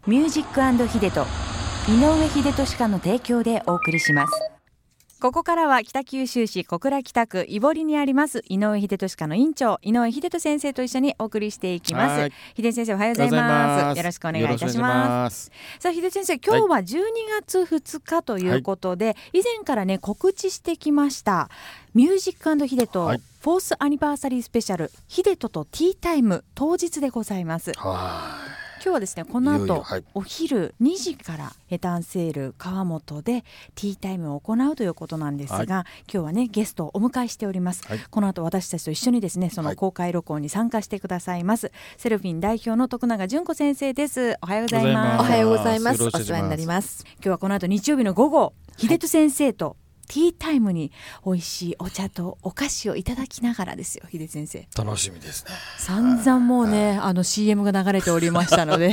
ミュージック&ヒデと井上秀俊家の提供でお送りします。ここからは北九州市小倉北区井堀にあります井上秀俊家の院長井上秀俊先生と一緒にお送りしていきます。秀先生おはようございます。よろしくお願いいたします。さあ秀先生、今日は12月2日ということで、以前からね告知してきましたミュージック&ヒデとフォースアニバーサリースペシャルヒデトとティータイム当日でございます。今日はですね、この後お昼2時からエタンセール川本でティータイムを行うということなんですが、今日はねゲストをお迎えしております。この後私たちと一緒にですね、その公開録音に参加してくださいます。セルフィン代表の徳永純子先生です。おはようございます。 おはようございます。お世話になります。 今日はこの後日曜日の午後、秀人先生とティータイムに美味しいお茶とお菓子をいただきながらですよ。秀先生楽しみですね。 散々もうね、CM が流れておりましたので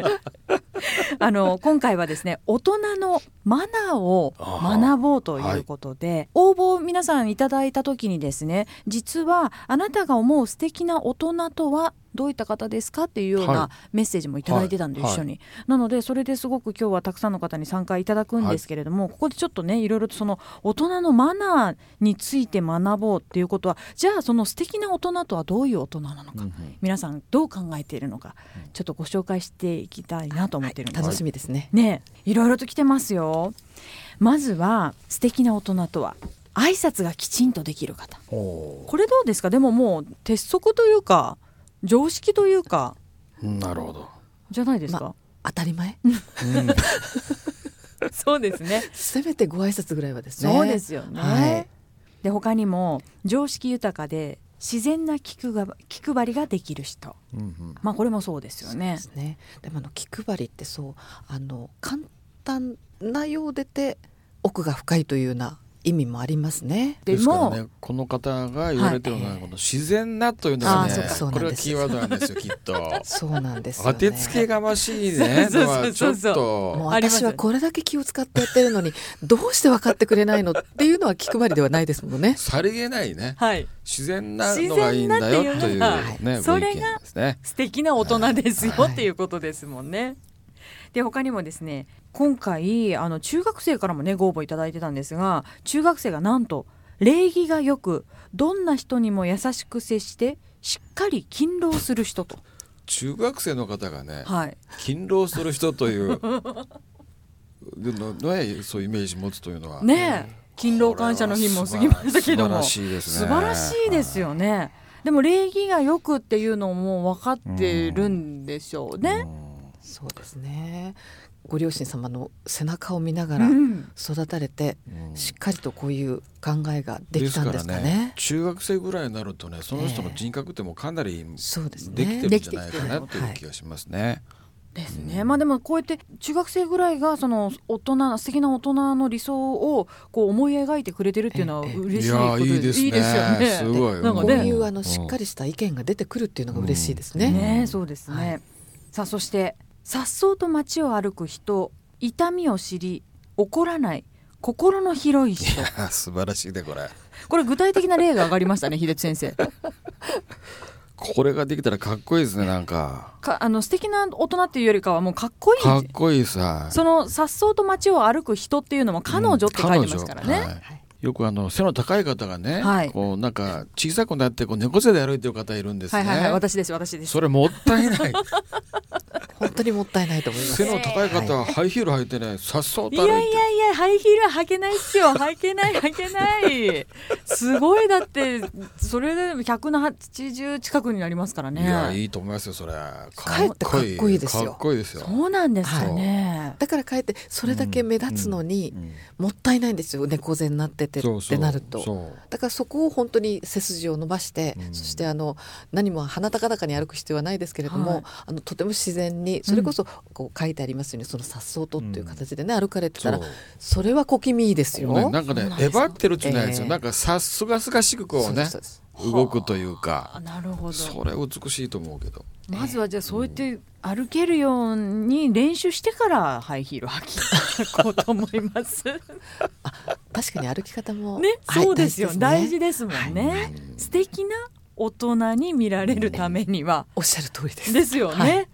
今回はですね、大人のマナーを学ぼうということで、応募皆さんいただいた時にですね、実はあなたが思う素敵な大人とはどういった方ですかっていうようなメッセージもいただいてたんで、一緒になのでそれですごく今日はたくさんの方に参加いただくんですけれども、ここでちょっとねいろいろとその大人のマナーについて学ぼうっていうことは、じゃあその素敵な大人とはどういう大人なのか、皆さんどう考えているのか、ちょっとご紹介していきたいなと思っているんです。 楽しみですね。 いろいろと来てますよ。まずは素敵な大人とは挨拶がきちんとできる方。これどうですか？でももう鉄則というか常識というか、 なるほどじゃないですか、 当たり前そうですね。 せめてご挨拶ぐらいはですね。 そうですよね、で他にも常識豊かで自然な気配りができる人、これもそうですよね。 そうですね。でも気配りってそう簡単なようでて奥が深いというような意味もありますね。 ですからね、この方が言われてるのは、この自然なというのがね、これがキーワードなんですよきっと。 そうなんですよね。 当てつけがましいねのはちょっと、 もう私はこれだけ気を使ってやってるのにどうして分かってくれないのっていうのは気配りではないですもんね。 さりげないね、自然なのがいいんだよというね、 それが素敵な大人ですよっていうことですもんね。で他にもですね、今回中学生からもねご応募いただいてたんですが、中学生がなんと礼儀がよくどんな人にも優しく接してしっかり勤労する人と。 中学生の方がね、勤労する人というそういうイメージ持つというのはね、勤労感謝の日も過ぎましたけども、 素晴らしいですね。 素晴らしいですよね。でも礼儀がよくっていうのも分かってるんでしょうね。 そうですね。ご両親様の背中を見ながら育たれて、しっかりとこういう考えができたんですかね。 ですからね、中学生ぐらいになるとね、その人の人格ってもうかなりできてるんじゃないかなという気がしますね。 ですね。でもこうやって中学生ぐらいがその素敵な大人の理想をこう思い描いてくれてるっていうのは嬉しいことで、 いいですね。 いいですよね。 すごい。 こういうしっかりした意見が出てくるっていうのが嬉しいですね。 そうですね。さあそして颯爽と街を歩く人、痛みを知り怒らない心の広い人。 素晴らしいねこれ具体的な例が上がりましたね、秀先生。 これができたらかっこいいですね。なんか素敵な大人っていうよりかはもうかっこいい。 かっこいいさ。 その颯爽と街を歩く人っていうのも彼女って書いてますからね。 よく背の高い方がね、こうなんか小さくなってこう猫背で歩いてる方いるんですね。 私です。 それもったいない本当にもったいないと思います。 背の高い方はハイヒール履いてね、さっそうと歩いて。 いやハイヒールは履けないっすよ。履けないすごい。だってそれで180近くになりますからね。 いや、いいと思いますよ。それかえってかっこいいですよ。 かっこいいですよ。 そうなんですよね。 だからかえってそれだけ目立つのにもったいないんですよ。猫背になっててってなると。だからそこを本当に背筋を伸ばして、そして何も鼻高々に歩く必要はないですけれども、とても自然に、それこそこう書いてありますように、その颯爽とっていう形でね歩かれてたら、それは小気味いいですよ。 なんかね、えばってるってないですよ。なんかさすがすがしくこうね動くというか。なるほど。それ美しいと思うけど、 まずはじゃあそうやって歩けるように練習してからハイヒール履こうと思います確かに歩き方もね、そうですよ、大事ですもんね。素敵な大人に見られるためには、 おっしゃる通りです。 ですよね。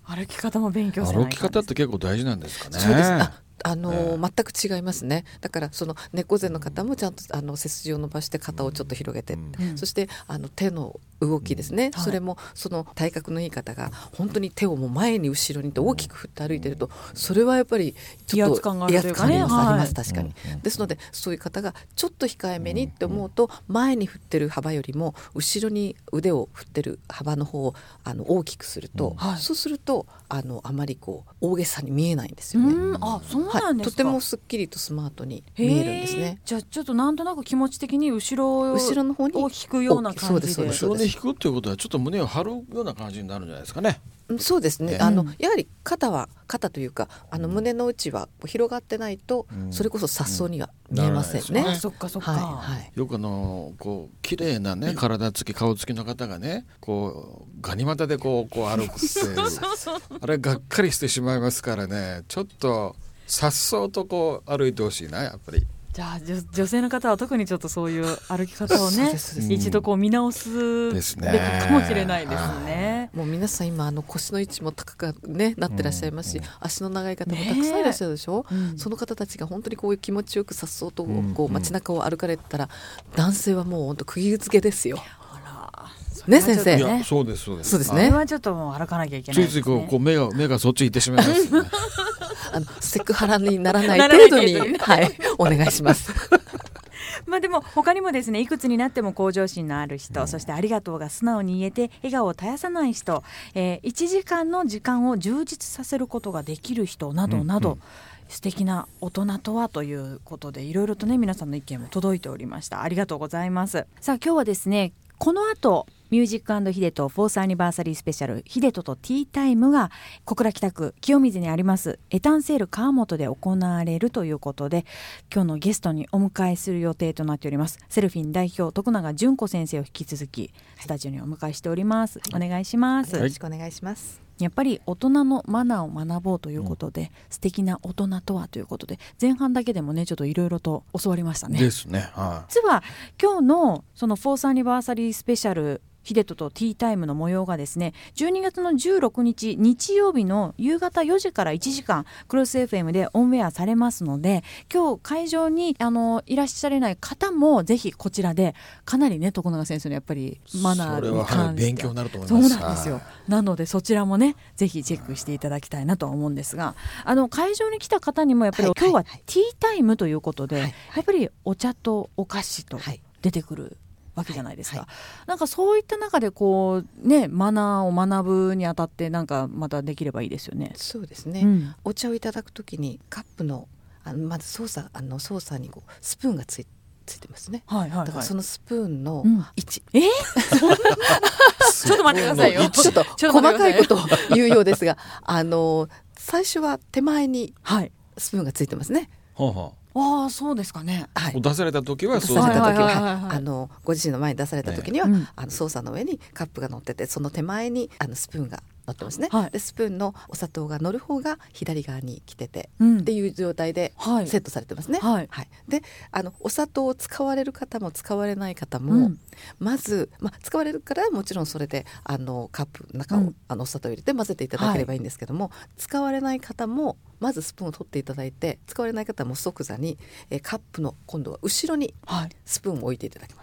歩き方も勉強せない歩き方って結構大事なんですかね。 そうです。全く違いますね。だからその猫背の方もちゃんと背筋を伸ばして肩をちょっと広げて、そして手の動きですね、それもその体格のいい方が本当に手をもう前に後ろにと大きく振って歩いてると、それはやっぱりちょっと威圧感あります、確かに。ですのでそういう方がちょっと控えめにって思うと、前に振ってる幅よりも後ろに腕を振ってる幅の方を大きくすると、そうするとあまりこう大げさに見えないんですよね。 そうなんですか。 とてもすっきりとスマートに見えるんですね。 じゃあちょっとなんとなく気持ち的に後ろの方に引くような感じで。 後ろに引くっていうことはちょっと胸を張るような感じになるんじゃないですかね。 そうですね。やはり肩というか胸の内は広がってないと、それこそ颯爽には見えませんね。 そっかそっか。 よくこう綺麗なね体つき顔つきの方がね、こうガニ股でこう歩くってあれがっかりしてしまいますからね。ちょっと颯爽とこう歩いてほしいな、やっぱり。 じゃあ女性の方は特にちょっとそういう歩き方をね一度こう見直すべきかもしれないですね。 もう皆さん今腰の位置も高くなってらっしゃいますし、足の長い方もたくさんいらっしゃるでしょ。その方たちが本当にこういう気持ちよく颯爽とこう街中を歩かれたら、男性はもう本当釘付けですよ。ね、先生。 いや、そうですそうです。 そうですね。 それはちょっともう歩かなきゃいけないですね。 ついついこう目がそっち行ってしまいますね。 セクハラにならない程度にお願いします。 でも他にもですね、いくつになっても向上心のある人、そしてありがとうが素直に言えて笑顔を絶やさない人、1時間の時間を充実させることができる人などなど、素敵な大人とはということでいろいろとね皆さんの意見も届いておりました。ありがとうございます。さあ今日はですね、この後ミュージック&ヒデトフォースアニバーサリースペシャルヒデトとティータイムが小倉北区清水にありますエタンセール川本で行われるということで、今日のゲストにお迎えする予定となっておりますセルフィン代表徳永純子先生を引き続きスタジオにお迎えしております。お願いします。 よろしくお願いします。 やっぱり大人のマナーを学ぼうということで、素敵な大人とはということで前半だけでもねちょっといろいろと教わりましたね。 ですね。 実は今日のそのフォースアニバーサリースペシャルヒデトとティータイムの模様がですね、12月の16日日曜日の夕方4時から1時間クロス FM でオンエアされますので、今日会場にいらっしゃれない方もぜひこちらでかなりね徳永先生のやっぱりマナーに関して勉強になると思います。 そうなんですよ。なのでそちらもねぜひチェックしていただきたいなと思うんですが、会場に来た方にもやっぱり今日はティータイムということで、やっぱりお茶とお菓子と出てくるわけじゃないですか。なんかそういった中でこうねマナーを学ぶにあたってなんかまたできればいいですよね。 そうですね、お茶をいただくときにカップのまず操作にこうスプーンがついてますね。だからそのスプーンの位置、 ちょっと待ってくださいよ。 ちょっと細かいことを言うようですが最初は手前にスプーンがついてますね。 そうですかね。 出された時はご自身の前に出された時には、操作の上にカップが乗ってて、その手前にスプーンが乗ってますね。でスプーンのお砂糖が乗る方が左側に来てて、っていう状態でセットされてますね。でお砂糖を使われる方も使われない方も、まず、使われるからもちろんそれでカップの中をお砂糖を入れて混ぜていただければいいんですけども、使われない方もまずスプーンを取っていただいて、使われない方も即座にカップの今度は後ろにスプーンを置いていただきます。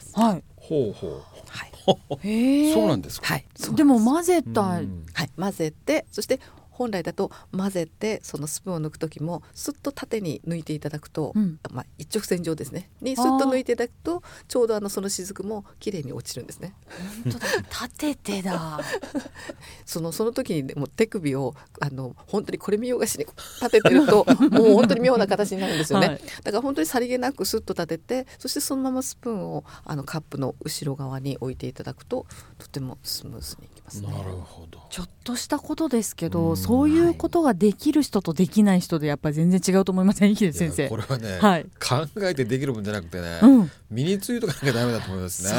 そうなんですか。 でも混ぜた、 混ぜて、そして本来だと混ぜてそのスプーンを抜く時もスッと縦に抜いていただくと、一直線上ですねにスッと抜いていただくとちょうどその雫もきれいに落ちるんですね。 本当だ、立ててだその時にもう手首を本当にこれ見よがしに立ててるともう本当に妙な形になるんですよね。だから本当にさりげなくスッと立てて、そしてそのままスプーンをカップの後ろ側に置いていただくととてもスムーズにいきますね。 なるほど。 ちょっとしたことですけど、そういうことができる人とできない人でやっぱり全然違うと思いません？秀先生。 これはね、考えてできるもんじゃなくてね、身についとかなきゃダメだと思いますね。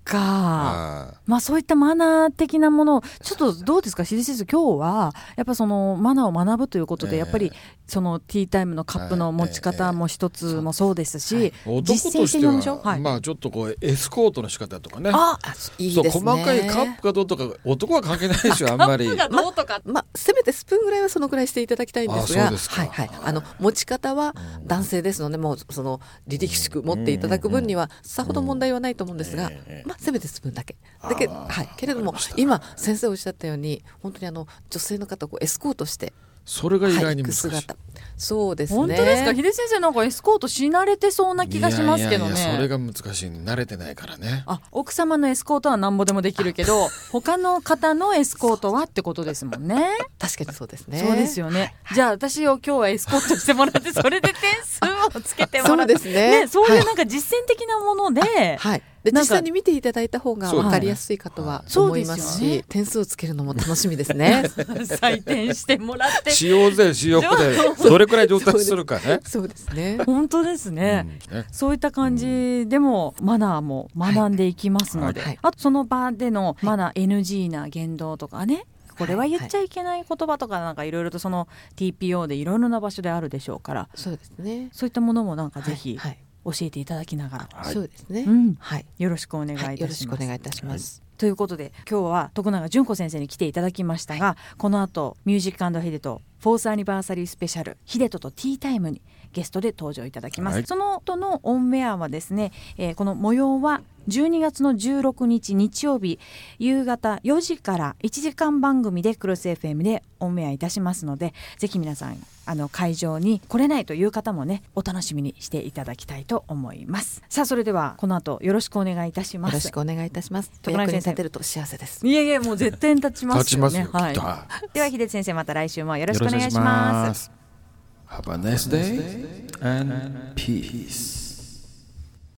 か。まあそういったマナー的なものをちょっとどうですか、秀先生、今日はやっぱそのマナーを学ぶということで、やっぱりそのティータイムのカップの持ち方も一つもそうですし、 男としてはまあちょっとこうエスコートの仕方とかね、 いいですね。 細かいカップがどうとか男は関係ないでしょあんまり。 カップがどうとか、 せめてスプーンぐらいはそのぐらいしていただきたいんですが、持ち方は男性ですので、もうその利々しく持っていただく分にはさほど問題はないと思うんですが、せめてスプーンだけけれども、今先生おっしゃったように本当に女性の方をエスコートしてそれが意外に難しい。 そうですね。 本当ですか。秀先生、なんかエスコートし慣れてそうな気がしますけどね。 いやそれが難しい。慣れてないからね。 奥様のエスコートはなんぼでもできるけど他の方のエスコートはってことですもんね。 確かにそうですね。 そうですよね。じゃあ私を今日はエスコートしてもらってそれで点数をつけてもらって、 そうですね。 そういうなんか実践的なもので、 で実際に見ていただいた方が分かりやすいかとは思いますし、点数をつけるのも楽しみですね。 採点してもらって使用でどれくらい上達するかね。 そうですね。 本当ですね。そういった感じでもマナーも学んでいきますので、あとその場でのマナー NG な言動とかね、これは言っちゃいけない言葉とか、なんかいろいろとその TPO でいろいろな場所であるでしょうから、 そうですね。 そういったものもなんかぜひ教えていただきながら、 そうですね。 よろしくお願いいたします。 よろしくお願いいたします。 ということで今日は徳永純子先生に来ていただきましたが、この後ミュージック&ヒデトフォースアニバーサリースペシャルヒデトとティータイムにゲストで登場いただきます。その後のオンエアはですね、この模様は12月の16日日曜日夕方4時から1時間番組でクロス FM でオンエアいたしますので、ぜひ皆さん会場に来れないという方もね、お楽しみにしていただきたいと思います。さあそれではこの後よろしくお願いいたします。 よろしくお願いいたします。お役に立てると幸せです。 いやいや、もう絶対に立ちますよね。 はい、 では秀津先生、また来週もよろしくお願いします。 Have a nice day and peace.